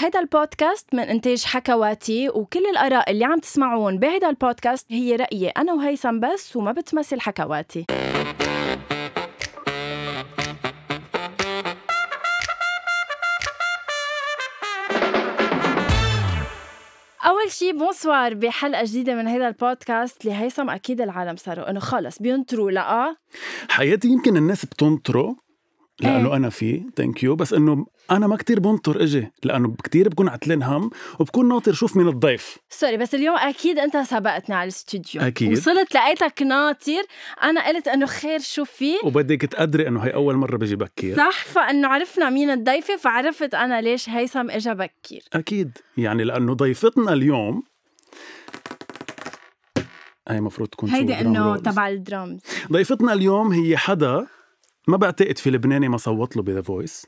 هيدا البودكاست من إنتاج حكواتي، وكل الآراء اللي عم تسمعون بهيدا البودكاست هي رأيي أنا وهيثم بس، وما بتمثل حكواتي. أول شي بونسوار بحلقة جديدة من هيدا البودكاست. لهيثم أكيد العالم صاروا إنه خلص بينطروا لقى حياتي. يمكن الناس بتنطره لأنه أنا فيه thank you، بس إنه أنا ما كتير بنطر إجي، لأنه كتير بكون عتلين هم وبكون ناطر شوف مين الضيف. سوري، بس اليوم أكيد أنت سبقتني على الاستوديو. أكيد. وصلت لقيتك ناطر، أنا قلت إنه خير شو فيه، وبدك تقدري إنه هاي أول مرة بيجي بكير. صح، فإنه عرفنا مين الضيفة، فعرفت أنا ليش هيثم إجا بكير. أكيد، يعني لأنه ضيفتنا اليوم هاي مفروض تكون هيدي إنه تبع الدرامز. ضيفتنا اليوم هي حدا ما بعتقد في لبناني ما صوت له بذا فويس.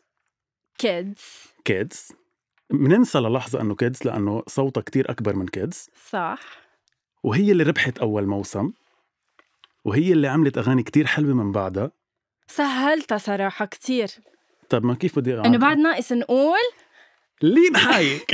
كيدز مننسى للحظة أنه كيدز، لأنه صوتها كتير أكبر من كيدز. صح. وهي اللي ربحت أول موسم، وهي اللي عملت أغاني كتير حلوة من بعدها. سهلتها صراحة كتير. طب ما كيف بدي إنه بعد ناقص نقول لين هايك.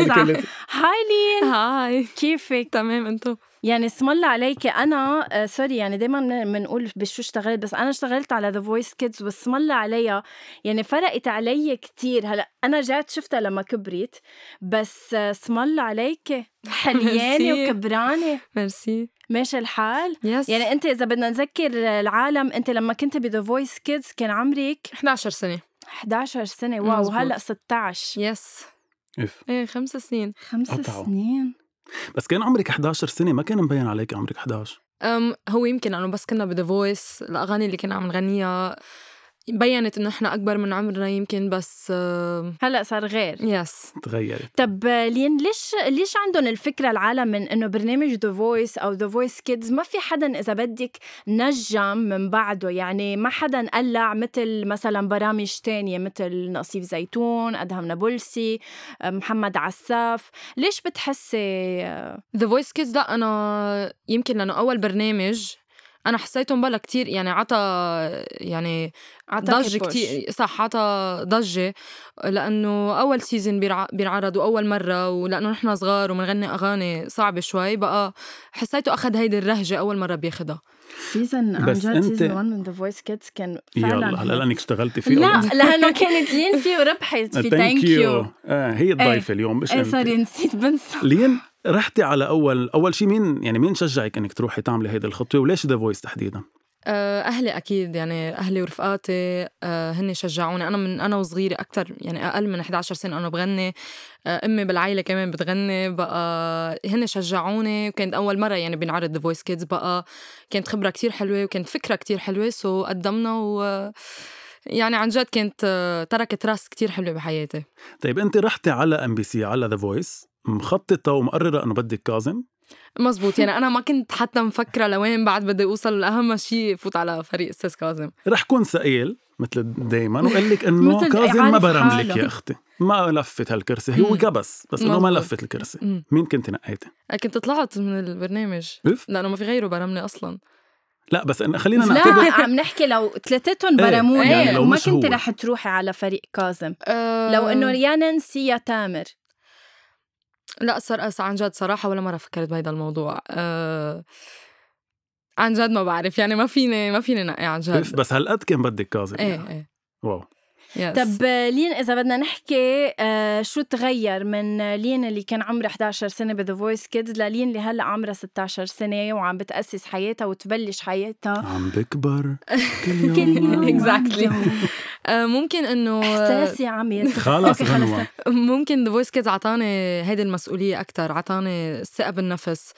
هاي لين. هاي، كيفك؟ تمام انتو؟ يعني اسم الله عليك. أنا سوري، يعني دايما بنقول بشو اشتغلت، بس أنا اشتغلت على The Voice Kids واسم الله عليها، يعني فرقت علي كتير. هلأ أنا جات شفتها لما كبرت، بس اسم الله عليك حليانة وكبرانة. ميرسي. ماشي الحال. يس. يعني أنت إذا بدنا نذكر العالم، أنت لما كنت ب The Voice Kids كان عمرك 11 سنة. 11 سنة. واو. هلأ 16. يس. إف. ايه 5 سنين. 5 سنين. بس كان عمرك 11 سنة، ما كان مبين عليك عمرك 11. هو يمكن أنه بس كنا بذا فويس الأغاني اللي كنا عم نغنيها بيّنت إنه إحنا أكبر من عمرنا يمكن، بس هلأ صار غير. يس تغيرت. طب لين ليش عندهم الفكرة العالم من إنه برنامج The Voice أو The Voice Kids ما في حدا إذا بدك نجم من بعده؟ يعني ما حدا قلع مثل مثلا برامج تانية مثل نصيف زيتون، أدهم نابلسي، محمد عساف. ليش بتحسي The Voice Kids؟ لا أنا يمكن لأنه أول برنامج أنا حسيتهم بلا كتير، يعني يعني ضجة كتير. صح، عطا ضجة لأنه أول سيزن بينعرض وأول مرة، ولأنه نحن صغار ومنغني أغاني صعبة شوي، بقى حسيته أخد هيدي الرهجة أول مرة بياخدها. سيزن عن جد سيزن 1 من The Voice Kids كان فعلا. هلا لأنك اشتغلتي فيه. لا لأنه كانت لين فيه وربحت في thank you. you. هي الضيفة اليوم مش سوري نسيت بنسى. لين رحتي على أول شيء مين شجعك إنك تروحي تعملي هيدا الخطوة، وليش The Voice تحديدا؟ أهلي أكيد، يعني أهلي ورفقاتي هن شجعوني. أنا وصغيرة أكتر، يعني أقل من 11 سنة أنا بغني. أمي بالعائلة كمان بتغني، بقى هن شجعوني، وكانت أول مرة يعني بنعرض The Voice Kids، بقى كانت خبرة كتير حلوة وكانت فكرة كتير حلوة، قدمنا يعني عن جد كانت تركت راس كتير حلوة بحياتي. طيب أنت رحتي على MBC على The Voice مخططة ومقررة أنه بدك كاظم؟ مزبوط. يعني أنا ما كنت حتى مفكرة لوين بعد بدي أوصل، أهم شيء فوت على فريق أستاذ كاظم. رح كون سئيل مثل دايما وقال لك إنه كاظم ما برملك يا أختي، ما لفت هالكرسي، هو كبس بس إنه ما لفت الكرسي. مين كنت نقيتي؟ كنت طلعت من البرنامج لأنه ما في غيره برمني أصلاً. لا بس خلينا نعتبر. لا عم نحكي لو ثلاثتهم برموني يعني لو وما مش كنت هو رح تروحي على فريق كاظم. لو إنه يا نانسي يا تامر. لا عن جد صراحة ولا مرة فكرت بهذا الموضوع. عن جد ما بعرف، يعني ما فيني نقي عن جد. بس هالقد كان بدك كاظم. ايه. واو. طب لين إذا بدنا نحكي شو تغير من لين اللي كان عمره 11 سنة ب The Voice Kids لين اللي هلأ عمره 16 سنة وعم بتأسس حياتها وتبلش حياتها عم بكبر كل يوم exactly. ممكن إنه إحساسي عم خلاص ممكن The Voice Kids عطاني هيدي المسؤولية أكتر، عطاني الثقة بالنفس.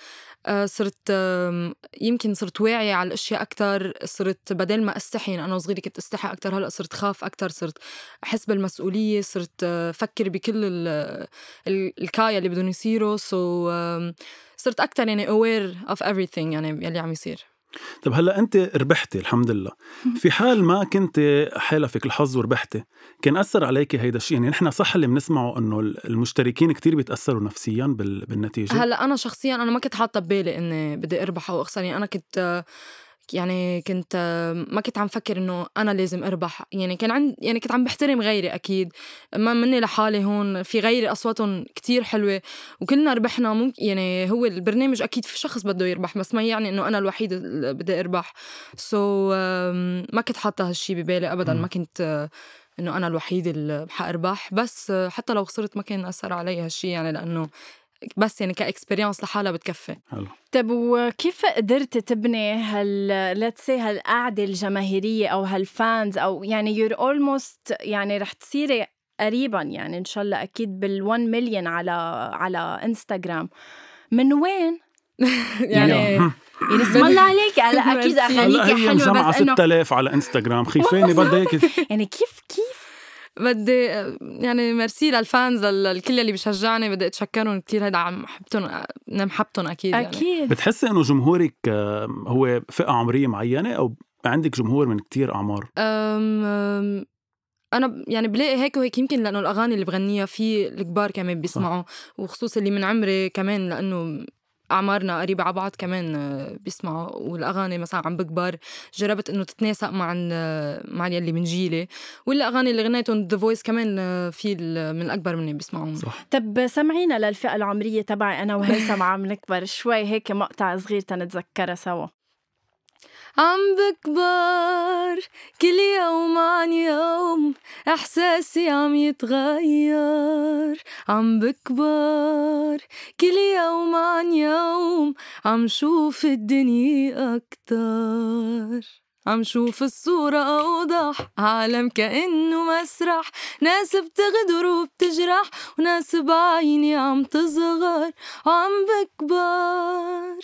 يمكن صرت واعية على الأشياء أكتر، صرت بدل ما أستحي، أنا وصغيرة كنت أستحي أكتر، هلأ صرت خاف أكتر، صرت أحس بالمسؤولية، صرت أفكر بكل الكاية اللي بدون يصيروا، صرت أكتر يعني aware of everything يعني يلي عم يصير. طب هلأ أنت ربحتي الحمد لله، في حال ما كنت حالفك الحظ وربحتي كان أثر عليك هيدا الشيء؟ يعني نحن صح اللي بنسمعه أنه المشتركين كتير بيتأثروا نفسياً بالنتيجة. هلأ أنا شخصياً أنا ما كنت حاطة ببالي إني بدي أربح أو أخسر، يعني أنا يعني كنت ما كنت عم فكر إنه أنا لازم أربح. يعني يعني كنت عم بحترم غيري أكيد، ما مني لحالي هون، في غيري أصواتهم كتير حلوة وكلنا ربحنا. ممكن يعني هو البرنامج أكيد في شخص بده يربح، بس ما يعني إنه أنا الوحيد اللي بدي أربح. ما كنت حاطة هالشي ببالي أبدا، ما كنت إنه أنا الوحيد اللي حأربح. بس حتى لو خسرت ما كان أثر علي هالشي، يعني لأنه بس يعني كإكسبرينس لحالها بتكفي. حلو. طب وكيف قدرت تبني let's say هالقعدة الجماهيرية أو هالفانز، أو يعني you're almost يعني رح تصيري قريبا يعني إن شاء الله أكيد بال1 مليون على إنستغرام. من وين؟ يعني اسم الله عليك، على أكيد أغانيك هي حلوة، مجمعة بس إنه 6000 على انستغرام، خيفاني بدها هيك. يعني كيف بدي يعني ميرسي للفانز، الكل اللي بيشجعني، بدي اتشكرهم كتير. هيدا عم محبتهم أكيد. أكيد. بتحسي إنه جمهورك هو فئة عمرية معينة أو عندك جمهور من كتير أعمار؟ أنا يعني بلاقي هيك وهيك، يمكن لأنه الأغاني اللي بغنيها في الكبار كمان بيسمعوا، وخصوصا اللي من عمري كمان لأنه أعمارنا قريبة على بعض كمان بيسمعوا، والأغاني مثلا عم بكبر. جربت إنه تتناسق مع يلي من جيلي، والأغاني اللي غنيتهم The Voice كمان في من الأكبر مني بيسمعون. صح. طب سمعينا للفئة العمرية تبعي أنا وهيثم عم نكبر شوي، هيك مقطع صغير تنتذكرها سوا. عم بكبر كل يوم عن يوم، إحساسي عم يتغير. عم بكبر كل يوم عن يوم، عم شوف الدنيا أكتر، عم شوف الصورة أوضح، عالم كأنه مسرح، ناس بتغدر وبتجرح، وناس بعيني عم تصغر. عم بكبر.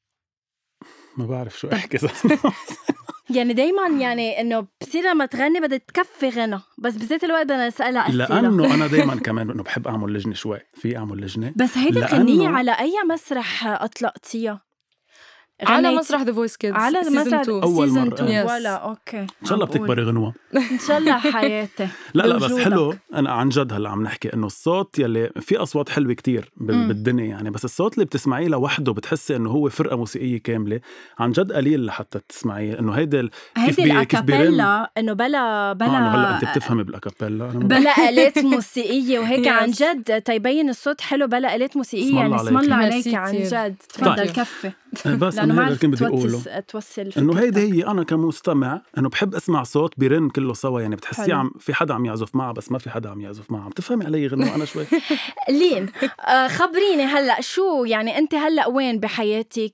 ما بعرف شو أحكي. يعني دايما يعني إنه بصير لما تغني بدها تكفي غنى، بس بذات الوقت بدنا نسألها أسئلة. لأنه أنا دايما كمان إنه بحب أعمل لجنة شوي، في أعمل لجنة. بس هيدا الغنية على أي مسرح أطلقتيها؟ على مسرح The Voice Kids على مسرح أول مرة. Season 2 ولا أوكي. إن شاء الله بتكبري غنوة. إن شاء الله حياتي. لا بس حلو. أنا عن جد هلا عم نحكي إنه الصوت يلي في أصوات حلوة كتير بالدنيا يعني، بس الصوت اللي بتسمعيه لوحده بتحسي إنه هو فرقة موسيقية كاملة عن جد قليل لحتى تسمعيه. إنه هيدا الأكابيلا إنه بلا هلا أنت بتفهمي بالأكابيلا، بلا آلات موسيقية وهيك عن جد تيبين الصوت حلو بلا آلات موسيقية. يعني اسم الله عليك عن جد. تفضل كفي. بس أنا هذا كنت بدي أقوله إنه هيدا هي أنا كمستمع إنه بحب أسمع صوت بيرن كله سوا، يعني بتحسي في حدا عم يعزف معه بس ما في حدا عم يعزف معه. بتفهمي علي غنوة أنا شوي. لين خبريني هلأ شو يعني أنت هلأ وين بحياتك؟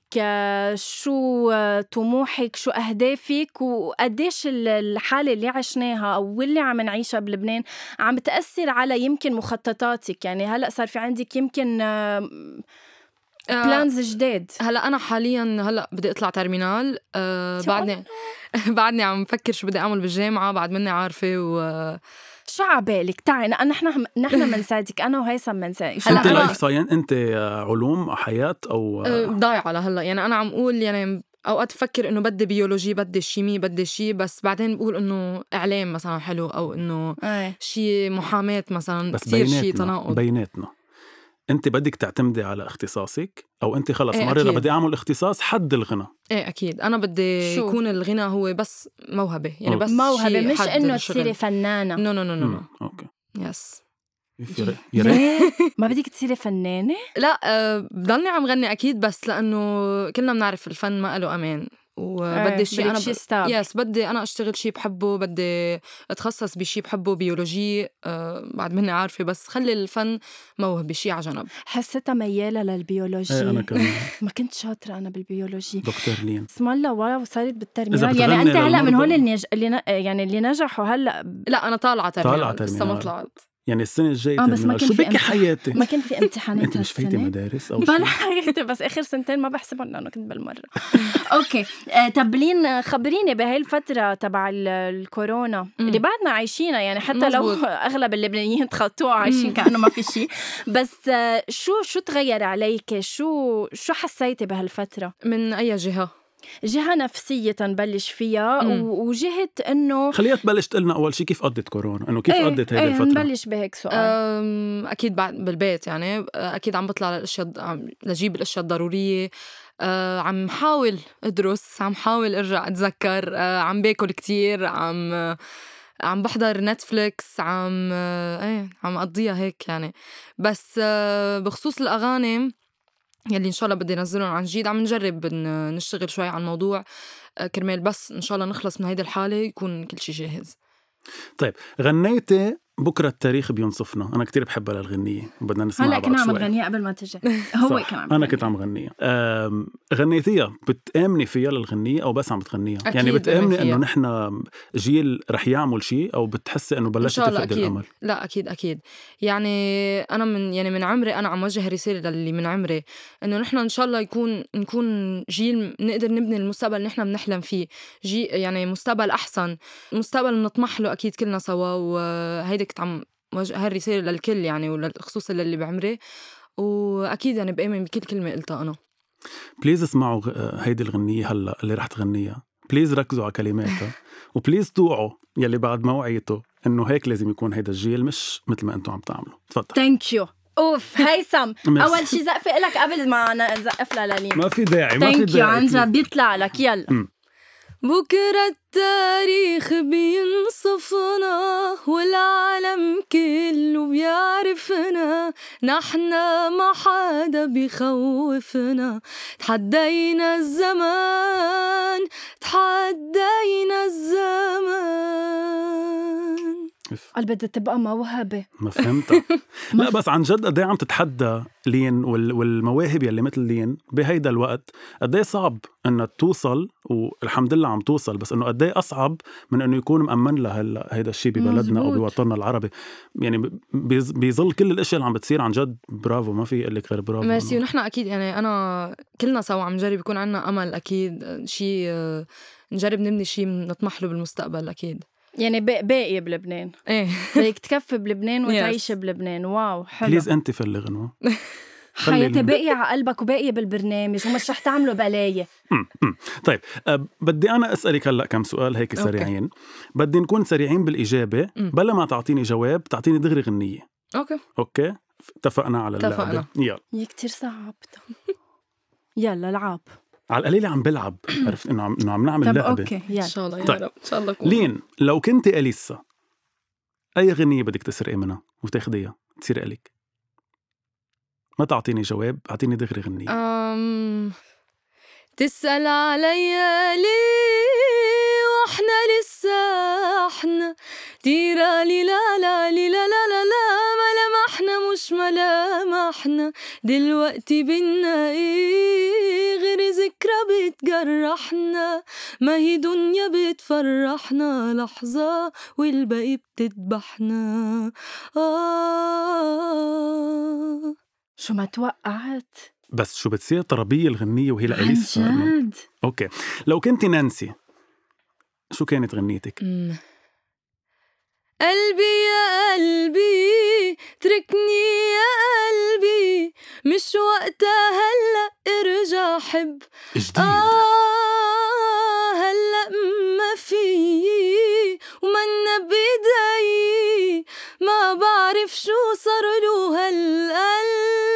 شو طموحك؟ شو أهدافك؟ وقديش الحالة اللي عشناها أو واللي عم نعيشها بلبنان عم تأثر على يمكن مخططاتك؟ يعني هلأ صار في عندك يمكن بلانز جديد. هلا انا حاليا هلا بدي اطلع ترمينال. بعدني عم فكر شو بدي اعمل بالجامعه، بعد مني عارفه. شو عبالك؟ تعي نحن منساعدك، انا وهيثم منساعدك. انت لايف ساينس، انت علوم حياه او ضايعه لهلا. يعني انا عم اقول يعني اوقات بفكر انه بدي بيولوجي، بدي شيمي، بدي شي، بس بعدين بقول انه اعلام مثلا حلو، او انه شي محاماه مثلا. بس كتير شي تناقض بيناتنا. انت بدك تعتمدي على اختصاصك او انت خلص مرة بدي اعمل اختصاص حد الغنى؟ ايه اكيد. انا بدي يكون الغنى هو بس موهبه، يعني بس موهبه، مش انه تصيري فنانه. نو. اوكي يس. يا ريت. ما بدك تصيري فنانه؟ لا بضلني عم غني اكيد، بس لانه كلنا بنعرف الفن ما له امان، وبدي شيء انا بدي انا اشتغل شيء بحبه، بدي اتخصص بشيء بحبه، بيولوجي. بعد مني عارفه، بس خلي الفن موهبه شيء على جنب. حسيتها مياله للبيولوجي. انا كمان ما كنت شاطره انا بالبيولوجي. دكتور لين اسم الله واو صارت بالترمينال. يعني انت هلا من هول اللي نجحوا هلا. لا انا طالعه ترمينال لسه ما طلعت. يعني السنة الجاية بس ما شو بك حياتي؟ ما كان في امتحانات. انت مش فايتة مدارس او بلا حياتي، بس اخر سنتين ما بحسبهم لانه كنت بالمرة. اوكي. طب لين خبريني بهاي الفترة تبع الكورونا اللي بعدنا عايشينها، يعني حتى لو اغلب اللبنانيين تخطوها عايشين كأنه ما في شيء، بس شو تغير عليك؟ شو حسيتي بهالفترة؟ من اي جهة نفسية نبلش فيها وجهة إنه خليها تبلش تقلنا أول شيء كيف قضيت كورونا، إنه كيف قضيت هيدا الفترة. نبلش بهيك سؤال. أكيد بعد بالبيت، يعني أكيد عم بطلع لجيب الأشياء الضرورية. عم حاول أدرس، عم حاول أرجع أتذكر، عم باكل كتير، عم بحضر نتفليكس، عم أقضيها هيك يعني. بس بخصوص الأغاني يلي إن شاء الله بدي نزلهم عن جديد، عم نجرب نشتغل شوي على الموضوع كرمال بس إن شاء الله نخلص من هيدا الحالة يكون كل شي جاهز. طيب غنيتي بكرة التاريخ بينصفنا، أنا كتير بحبها للغنية وبدنا نسمعها هلا بعد كنا عم شوي. نغنيها قبل ما تجي. هو كان عم أنا كنت عم غنيها. غنيتيها، بتآمني فيها للغنية أو بس عم بتغنيها؟ يعني بتآمني إنه نحن جيل رح يعمل شيء، أو بتحسي إنه بلشت تفقد الأمل؟ لا أكيد يعني أنا من عمري أنا عم وجه رسالة للي من عمري إنه نحن إن شاء الله نكون جيل نقدر نبني المستقبل اللي نحن بنحلم فيه، يعني مستقبل أحسن، مستقبل نطمح له أكيد كلنا سوا. وهيدا كنت عم وجه هالرسالة للكل يعني، وللخصوص اللي بعمري، وأكيد يعني بآمن بكل كلمة قلتها أنا. بليز اسمعوا هيدي الغنية هلأ اللي رح تغنيها، بليز ركزوا على كلماتها وبليز توعوا يلي بعد موعيته إنه هيك لازم يكون هيدا الجيل، مش مثل ما أنتم عم تعملوا. تفضل. ثانك يو. اوف هيثم، اول شي زقفي لك قبل ما نزقف للين. ما في داعي. ثانك يو عن جد، بيطلع لك. يلا. بكرة التاريخ بينصفنا والعالم كله بيعرفنا، نحنا ما حدا بيخوفنا، تحدينا الزمان. قال بدها تبقى موهبة. ما فهمتها. لا بس عن جد قديه عم تتحدى لين والمواهب يلي مثل لين بهيدا الوقت، قديه صعب انها توصل، والحمد لله عم توصل، بس انه قديه اصعب من انه يكون مأمن لها هيدا الشيء ببلدنا او بوطننا العربي. يعني بيظل كل الاشياء اللي عم بتصير عن جد برافو، ما في اقول لك غير برافو. ميرسي. ونحن اكيد يعني انا كلنا سوا عم نجرب يكون عنا امل، اكيد شيء نجرب نبني شيء نطمح له بالمستقبل اكيد. يعني باقي بلبنان. ايه بدك تكفي بلبنان وتعيش بلبنان. واو حلو. بليز انت فلي غنوة. حياتي باقي على قلبك وباقي بالبرنامج ومش رح تعملوا بلاية. طيب بدي أنا أسألك هلأ كم سؤال هيك سريعين. بدي نكون سريعين بالإجابة. بلا ما تعطيني جواب تعطيني دغري غنية. أوكي اتفقنا على اللعبة. يلا. هي كتير صعبة. يلا العاب. على القليلة عم بلعب. عرفت إنه عم نعمل لعبة. أوكي يلا. إن شاء الله يا طيب. رب. إن شاء الله لين لو كنت أليسا، أي غنية بدك تسرقي منها وتاخديها تصير إلك؟ ما تعطيني جواب، أعطيني دغري غنية. تسأل عليا ليه وإحنا لسه إحنا تيرا لي لا لا لي لا لا لا لا ملامحنا مش ملامحنا دلوقتي بينا إيه غير ذكرى بتجرحنا، ما هي دنيا بتفرحنا لحظة والباقي بتذبحنا. شو ما توقعت. بس شو بتصير طربية الغنية وهي لأليسا. عن جد. أوكي لو كنت نانسي شو كانت غنيتك؟ قلبي يا قلبي تركني يا قلبي مش وقتها هلأ ارجع حب جديد. هلأ ما في ومنا بيدي ما بعرف شو صار له هالقلب.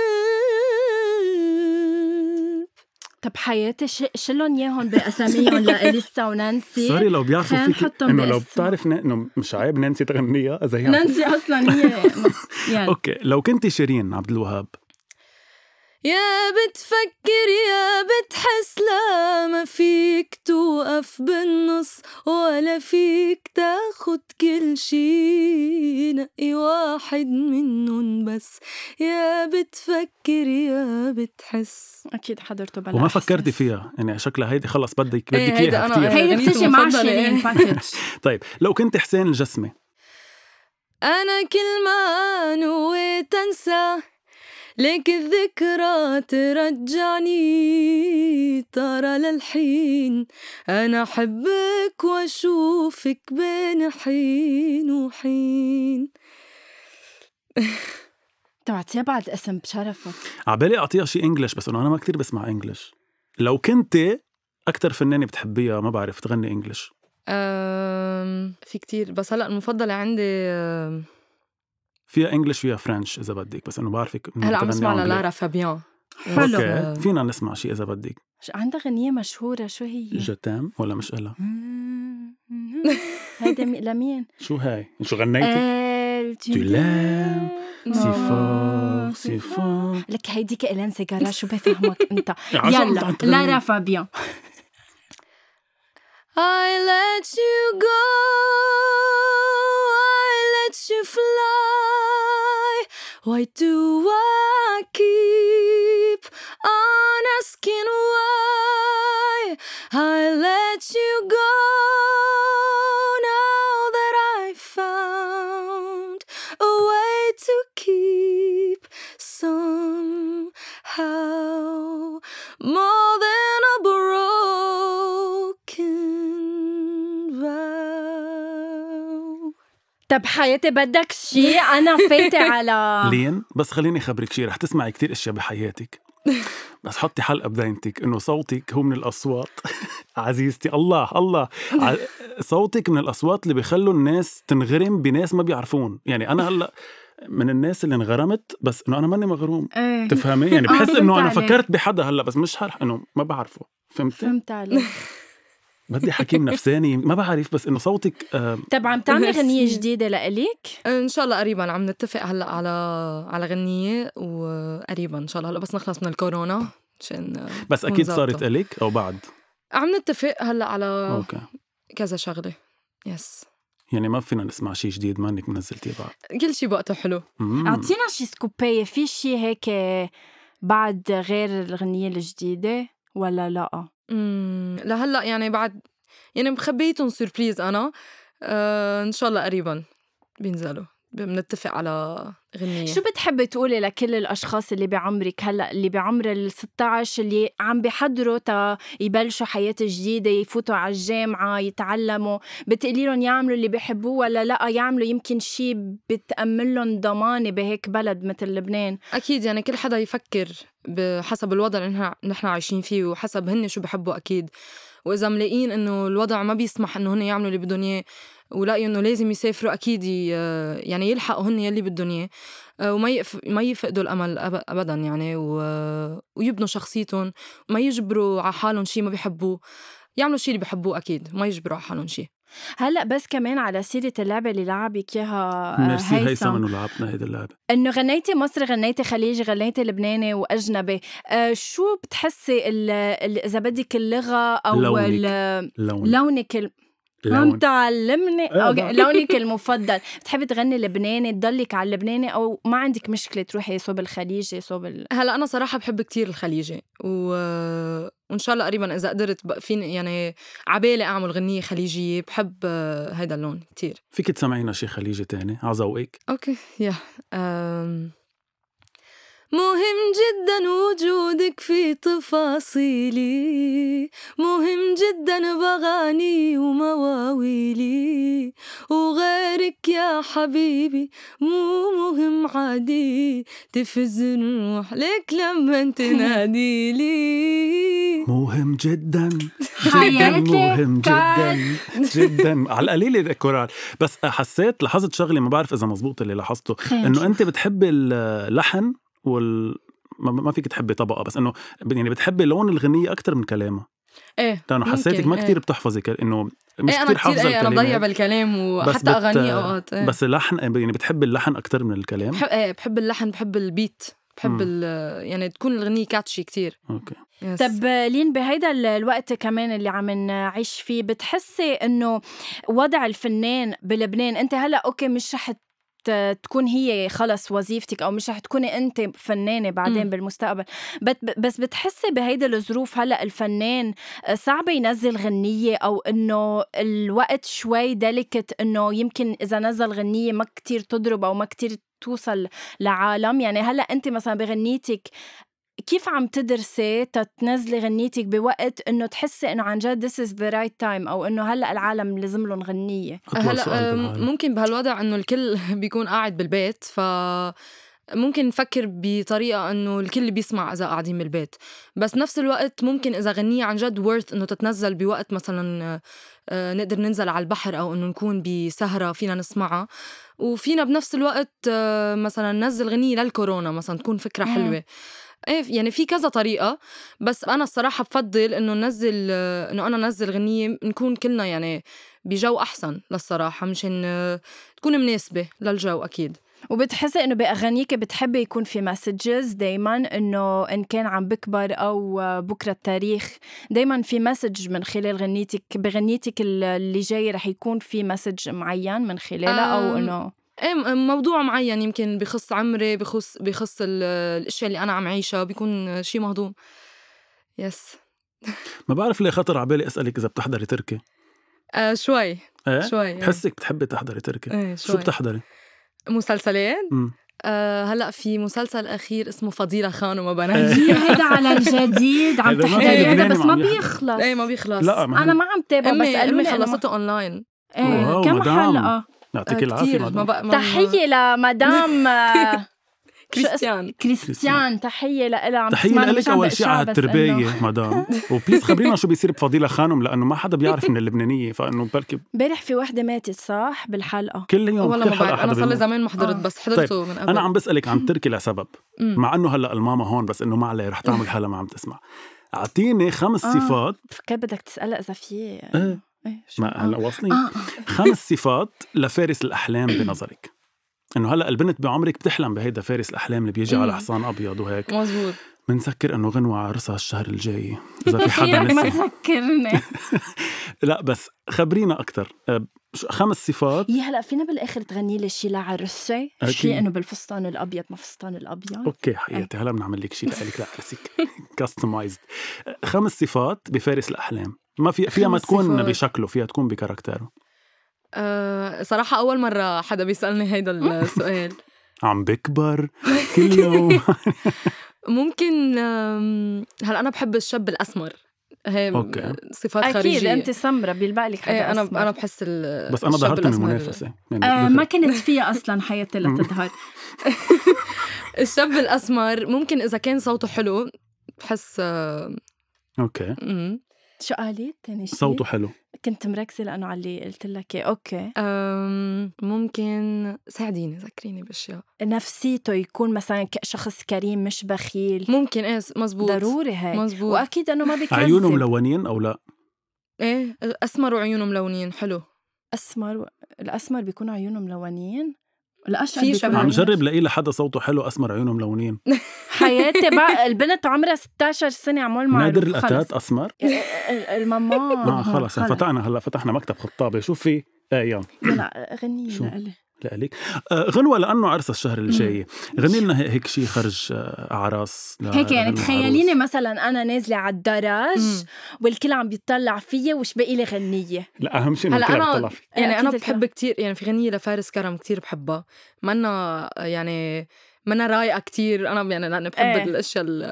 طب حياتي شلون ياهن بأساميهم لأليسا ونانسي. سوري لو بيعرفوا فيك إنه لو بتعرف إنه مش عيب نانسي تغنيها إذا هي نانسي أصلاً هي يعني. أوكي لو كنت شيرين عبد الوهاب. يا بتفكر يا بتحس لا ما فيك توقف بالنص ولا فيك تاخد كل شي، نقي واحد منهم بس. يا بتفكر يا بتحس. أكيد حضرته بلا وما إحساس. فكرتي فيها يعني شكلها هيدي خلص بدك إياها كتير. هيدي بتجي مع شيرين باكج. طيب لو كنت حسين الجسمي. أنا كل ما نويت أنسى ليك الذكرى ترجعني ترى للحين أنا أحبك وأشوفك بين حين وحين. تعطيها بعد اسم بشرفك. عبالي أعطيها شي إنجليش بس أنا ما كتير بسمع إنجليش. لو كنت أكتر فنانة بتحبيها ما بعرف تغني إنجليش. في كتير بس هلأ المفضلة عندي فيها إنجليش فيها فرنش إذا بدك، بس أنه بعرفك هلأ عم اسمع لارا فابيان. حلو. اوكي فينا نسمع شيء اذا بدك. عندها غنية مشهورة، شو هي؟ جتام ولا مش إلها؟ هيدا لمين؟ شو هاي؟ شو غنيتي؟ تلام سيفا سيفا لك هيديك إلين سيجارة، شو بفهمك أنت؟ يلا لارا فابيان. I let you go, I let you fly. Why do I keep on asking why? I let you go now that I found a way to keep somehow more than a طب حياتي بدك شيء؟ أنا فايتة على لين. بس خليني أخبرك شيء، رح تسمعي كتير أشياء بحياتك بس حطي حلقة بداينتك إنه صوتك هو من الأصوات عزيزتي الله صوتك من الأصوات اللي بيخلوا الناس تنغرم بناس ما بيعرفون. يعني أنا هلأ من الناس اللي انغرمت بس إنه أنا ماني مغروم. تفهمي؟ يعني بحس إنه أنا فكرت بحدا هلأ بس مش إنه ما بعرفه. فهمت عليك. بدي حكيم نفساني ما بعرف، بس إنه صوتك طب عم تعمل غنية جديدة لإليك؟ إن شاء الله قريبا. عم نتفق هلأ على غنية وقريبا إن شاء الله، هلأ بس نخلص من الكورونا عشان بس أكيد صارت إليك أو بعد؟ عم نتفق هلأ على أوكي. كذا شغلة. يس يعني ما فينا نسمع شيء جديد ما إنك منزلتيه بعد؟ كل شيء بوقته حلو. أعطينا شي سكوبية في شي هيك بعد غير الغنية الجديدة ولا لأ؟ لهلا يعني بعد يعني مخبيتهم سوربريز أنا. إن شاء الله قريبا بينزلوا، بنتفق على غنية. شو بتحبي تقولي لكل الأشخاص اللي بعمرك هلأ، اللي بعمر 16 اللي عم بيحضروا تا يبلشوا حياة جديدة، يفوتوا على الجامعة يتعلموا، بتقولي لهم يعملوا اللي بيحبوه ولا لأ يعملوا يمكن شي بتأمن لهم ضمانة بهيك بلد مثل لبنان؟ أكيد يعني كل حدا يفكر بحسب الوضع اللي نحن عايشين فيه وحسب هن شو بحبوا. أكيد وإذا ملاقين إنه الوضع ما بيسمح إنه هن يعملوا اللي بدهم إياه ولقيوا إنه لازم يسافروا، أكيد يعني يلحقوا هن يلي بدهم إياه وما يفقدوا الأمل أبدا يعني ويبنوا شخصيتهم، ما يجبروا على حالهم شيء ما بيحبوه، يعملوا شيء اللي بيحبوه أكيد، ما يجبروا على حالهم شيء. هلأ بس كمان على سيرة اللعبة اللي لعبك إياها ميرسي هيثم إنه لعبنا هيدا اللعبة، إنه غنيتي مصري غنيتي خليجي غنيتي لبناني وأجنبي. شو بتحسي إذا بدك اللغة أو لونك عم تعلمني لونك المفضل، بتحبي تغني لبناني تضلك على اللبناني أو ما عندك مشكلة تروحي صوب الخليجي هلا أنا صراحة بحب كتير الخليجي وإن شاء الله قريبا إذا قدرت فيني يعني عبالي أعمل غنية خليجية. بحب هيدا اللون كتير. فيك تسمعينا شي خليجي تاني عزوقك؟ أوكي يا مهم جدا وجودك في تفاصيلي، مهم جدا بغاني ومواويلي، وغيرك يا حبيبي مو مهم عادي، تفز الروح لك لما تناديلي. مهم جدا جدا مهم جدا جدا على القليل الكورال. بس لاحظت شغلة ما بعرف إذا مزبوط اللي لاحظته، إنه أنت بتحبي اللحن ما فيك تحبي طبقة، بس إنه يعني بتحبي لون الغنية أكتر من كلامها. إيه لأنه حسيتك ما كتير بتحفظي إنه مش كتير حافظة الكلمات. أنا ضيع بالكلام وحتى أغاني أوقات. بس اللحن يعني بتحبي اللحن أكتر من الكلام. بحب اللحن، بحب البيت، بحب يعني تكون الغنية كاتشي كتير. أوكي. طب لين بهيدا الوقت كمان اللي عم نعيش فيه، بتحسي إنه وضع الفنان بلبنان، أنت هلأ أوكي مش رح تكون هي خلص وظيفتك أو مش رح تكوني أنت فنانة بعدين بالمستقبل، بس بتحسي بهيدا الظروف هلأ الفنان صعب ينزل غنية أو إنه الوقت شوي ديليكت، إنه يمكن إذا نزل غنية ما كتير تضرب أو ما كتير توصل لعالم؟ يعني هلأ أنت مثلا بغنيتك كيف عم تدرسي تنزلي غنيتك بوقت إنه تحسي إنه عن جد this is the right time أو إنه هلأ العالم لازم لهم غنية؟ هلأ ممكن بهالوضع إنه الكل بيكون قاعد بالبيت، ممكن نفكر بطريقة إنه الكل بيسمع إذا قاعدين بالبيت، بس نفس الوقت ممكن إذا غنية عن جد worth إنه تتنزل بوقت مثلا نقدر ننزل على البحر أو إنه نكون بسهرة فينا نسمعها، وفينا بنفس الوقت مثلا ننزل غنية للكورونا مثلا تكون فكرة حلوة. يعني في كذا طريقة، بس أنا الصراحة بفضل إنه أنا ننزل غنية نكون كلنا يعني بجو أحسن للصراحة، مشان تكون مناسبة للجو أكيد. وبتحسي إنه بأغانيك بتحبي يكون في مسجز دايماً، إنه إن كان عم بكبر أو بكرة التاريخ دايماً في مسج من خلال غنيتك؟ بغنيتك اللي جاي رح يكون في مسج معين من خلالها، أو إنه موضوع معين يمكن بخص عمري، بخص الأشياء اللي أنا عم عيشها، بيكون شيء مهضوم. يس. ما بعرف ليه خطر عبالي أسألك إذا بتحضري تركي. شوي. شوي. بحسك بتحبي تحضري تركي. شو بتحضري؟ مسلسلات. هلأ في مسلسل أخير اسمه فضيلة خانم وبنات. هيدا على الجديد عم تحضري هيدا، بس ما بيخلص. ما بيخلص. لا أنا ما عم تابع، بس أمي خلصته أونلاين. كم حلقة؟ يعطيك العافية مدام. تحية لمدام كريستيان. تحية لها. عم تحية لك أول شيء على التربية مدام. وبليز خبرينا شو بيصير بفضيلة خانم، لأنه ما حدا بيعرف من اللبنانية، فإنه بركي امبارح في وحدة ماتت صح بالحلقة كل يوم. والله ما بعرف، أنا صار لي زمان ما حضرت بس حضرته طيب. من قبل. أنا عم بسألك عن تركي لسبب مع أنه هلأ الماما هون، بس إنه ما عليه رح تعمل حالة ما عم تسمع. أعطيني 5 صفات. كيف بدك تسألها إذا في ما هلأ واصلين 5 صفات لفارس الأحلام بنظرك. إنه هلأ البنت بعمرك بتحلم بهيدا فارس الأحلام اللي بيجي على حصان أبيض وهيك. مزبوط. بنسكر إنه غنوة عرسها الشهر الجاي إذا في حدا نسي. ما تذكرني. لا بس خبرينا أكتر 5 صفات. هلأ فينا بالآخر تغني لي شي لعرسي، شي إنه بالفستان الأبيض، ما فستان الأبيض. أوكي حقيقتي هلأ بنعمل لك شي لك لعرسك كاستمايزد. 5 صفات بفارس الأحلام، ما فيها ما تكون بشكله، فيها تكون بكاركتره. صراحة أول مرة حدا بيسألني هيدا السؤال. عم بكبر كل يوم. ممكن هلا أنا بحب الشاب الأسمر. هي صفات خارجية. أكيد أنت سمرة بيلبقلك حدا أسمر. أنا بحس بس أنا ظهرت من المنافسة يعني ما كنت فيها أصلا حياتي لتظهر. الشاب الأسمر ممكن إذا كان صوته حلو بحس أوكي. شو قالت تاني شيء؟ صوته حلو. كنت مركزة لأنه على اللي قلت لك. أوكي. ممكن ساعديني ذكريني بأشياء. نفسيته يكون مثلا شخص كريم مش بخيل. ممكن مزبوط. ضروري هاي. مزبوط. وأكيد أنه ما بيكذب. عيونه ملونين أو لا؟ أسمر وعيونه ملونين حلو. الأسمر بيكونوا عيونه ملونين. الأشقر عم جرب لقي لحدا صوته حلو أسمر عيونه ملونين. حياتي بقى البنت عمرها 16 سنة عمول معروف. نادر الأتات أسمر. الماما خلص فتحنا هلا فتحنا مكتب خطابة. شوف في لا غني لألي لأليك غنوة لأنه عرس الشهر الجاي. غني لنا هيك شي خرج أعراس هيك يعني. تخيليني مثلا أنا نازلة على الدرج والكل عم بيطلع فيا وش باقي لي غنية. لا أهم شيء إنه الكل عم يطلع فيك. يعني أنا بحب كتير يعني في غنية لفارس كرم كتير بحبها. منا يعني منا رايقة كتير. أنا يعني أنا بحب الأشياء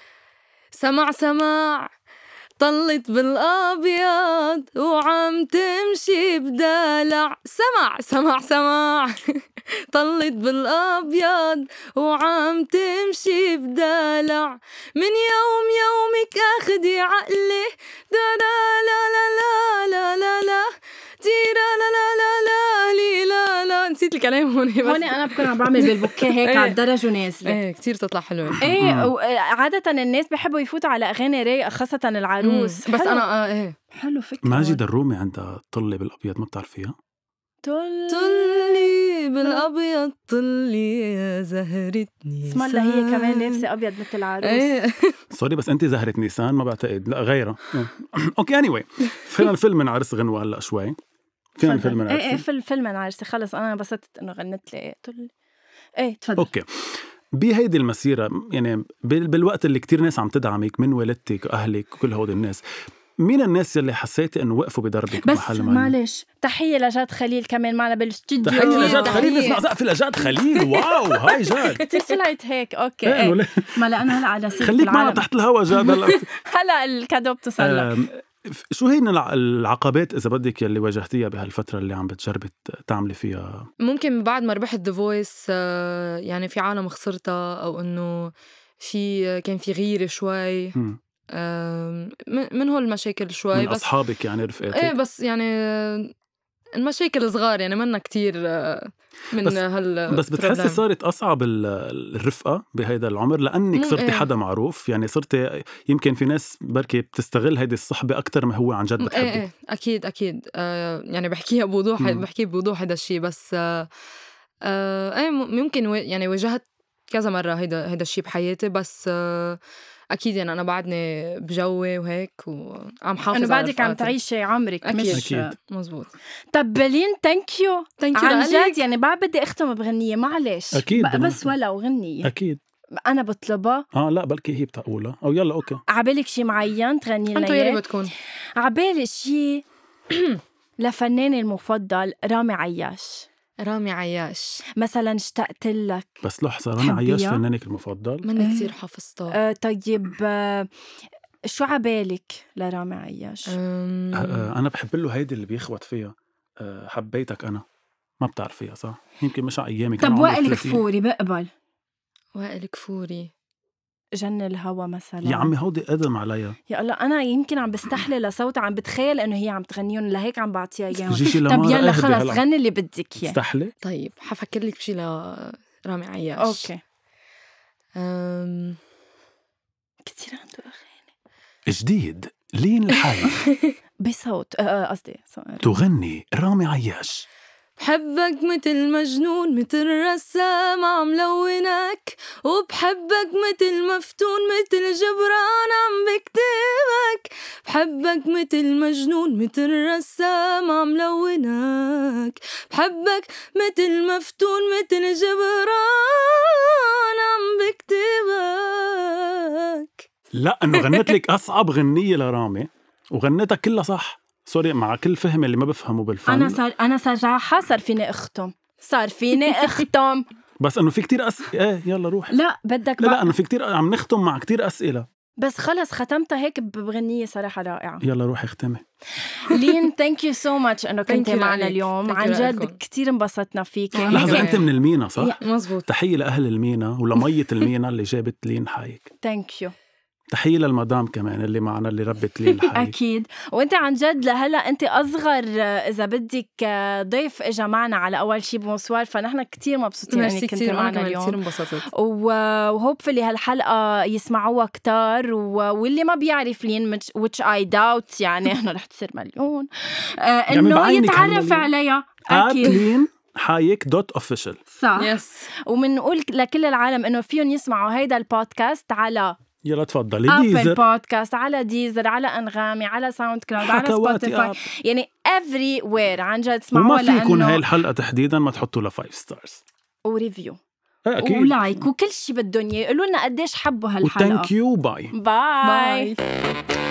سمع طلت بالأبيض وعم تمشي بدلع. سمع طلت بالأبيض وعم تمشي بدلع. من يومك أخدي عقلي دا لا لا لا لا لا لا تيرا لا لا لا لا لي لا لا. نسيت الكلام هون أنا بكون عم بعمل بالبوكيه هيك على الدرج ونازلة. كتير تطلع حلوة. عادة الناس بيحبوا يفوتوا على أغاني رايقة خاصة العروس. بس أنا حلو فكرة. ماجد الرومي عندها طلي بالأبيض، ما بتعرفيها؟ طلي بالأبيض طلي يا زهرة نيسان. اسم الله هي كمان لابسة أبيض مثل العروس. سوري بس أنت زهرة نيسان ما بعتقد. لا غيره. أوكي anyway فينا الفيلم من عرس غنوة هلأ شوي. فينا الفيلم من عرس. الفيلم من عرسي خلص. أنا بسطت إنه غنت لي تفضل. أوكي. بهيدي المسيرة يعني بالوقت اللي كتير ناس عم تدعمك من والدتك وأهلك وكل هود الناس، مين الناس اللي حسيتي انه وقفوا بدربك بس معلش تحية لجاد خليل كمان معنا بالاستوديو. تحية لجاد خليل. نسمع سقف لجاد خليل. واو هاي جاد كتير طلعت هيك. اوكي ما لأنه هلا على سيرة خليك معنا تحت الهوا جاد. هلا الكادو بتصل. شو هي العقبات إذا بدك يلي واجهتيها بهالفترة اللي عم بتجربي تعملي فيها؟ ممكن بعد ما ربحت The Voice يعني في عالم خسرتها أو إنه كان في غيرة شوي من هول المشاكل شوي. من بس أصحابك يعني رفقاتك. بس يعني المشاكل صغار يعني منا كتير من بس بتحسي صارت أصعب الرفقة بهيدا العمر لأنك صرتي حدا معروف، يعني صرتي يمكن في ناس بركي بتستغل هيدي الصحبة أكتر ما هو عن جد بتحبي. أكيد يعني بحكيها بوضوح، بحكي بوضوح هيدا الشيء، بس ممكن يعني واجهت كذا مرة هيدا الشيء بحياتي، بس أكيد يعني أنا بعدني بجوي وهيك وعم حافظ أنه على بعدك عم تعيشي عمرك. أكيد. مزبوط. طب بلين ثانك يو عن جد، يعني بعد بدي أختم بغنية معلش أكيد بس ولو غنية أكيد أنا بطلبها. لا بلكي هي بتقولها أو يلا أوكي. عبالك شي معين تغني لنا إياه؟ بتكون عبالي شي لفناني المفضل رامي عياش مثلا اشتقت لك. بس لحظة، رامي عياش فنانك المفضل؟ مني كتير حافظتها. طيب شو عبالك لرامي عياش؟ أنا بحب له هيدي اللي بيخوت فيها حبيتك أنا، ما بتعرفيها صح؟ يمكن مش على أيامي. طب وائل كفوري بقبل. وائل كفوري جن الهوى مثلا. يا عمي هودي قدم عليها. يا الله أنا يمكن عم بستحلي لصوتها، عم بتخيل إنه هي عم تغنيون لهيك عم بعطيها إياهم. طب يلا خلص غني اللي بدك إياه. استحلي. طيب حفكر لك بشي لرامي عياش. أوكي. كتير عنده أغاني جديد لين الحي بصوت قصدي تغني رامي عياش. بحبك متل مجنون متل رسام عم لونك، وبحبك متل مفتون متل جبران عم بكتبك. بحبك متل مجنون متل رسام عم لونك، بحبك متل مفتون متل جبران عم بكتبك. لا انه غنيت لك اصعب غنية لرامي وغنيتها كلها صح. سوري مع كل فهم اللي ما بفهمه بالفن. أنا صراحة صار فيني أختم بس إنه في كتير يلا روح. لا بدك لا إنه في كتير عم نختم مع كتير أسئلة. بس خلص ختمتها هيك بغنية صراحة رائعة. يلا روحي اختمي. لين thank you so much إنه كنتي معنا اليوم. عن جد كتير انبسطنا فيك. لحظة أنت من المينا صح؟ مزبوط. تحية لأهل المينا ولمية المينا اللي جابت لين حايك. thank you. تحية للمدام كمان اللي معنا اللي ربت لي الحي. أكيد. وأنت عن جد لهلأ أنت أصغر إذا بدك ضيف إجا معنا على أول شي بونسوار، فنحن كتير مبسوطين إنك كنت معنا اليوم. كتير انبسطت. وهوبفلي هالحلقة يسمعوها كتار واللي ما بيعرف لين which I doubt يعني إنه رح تصير مليون إنه يتعرف عليها. أكيد. لين حايك .official صح. yes. ومنقول لكل العالم إنه فيهم يسمعوا هيدا البودكاست على يلا تفضلي ديزر بودكاست، على ديزر، على أنغامي، على ساوند كلاود، على سبوتيفاي، يعني everywhere. عن جد اسمعوها. وما فيكون هاي الحلقة تحديدا ما تحطوا لها 5 stars وريفيو ولايك وكل شي بالدنيا. يقولوا لنا قديش حبوا هالحلقة. وثانك يو. باي.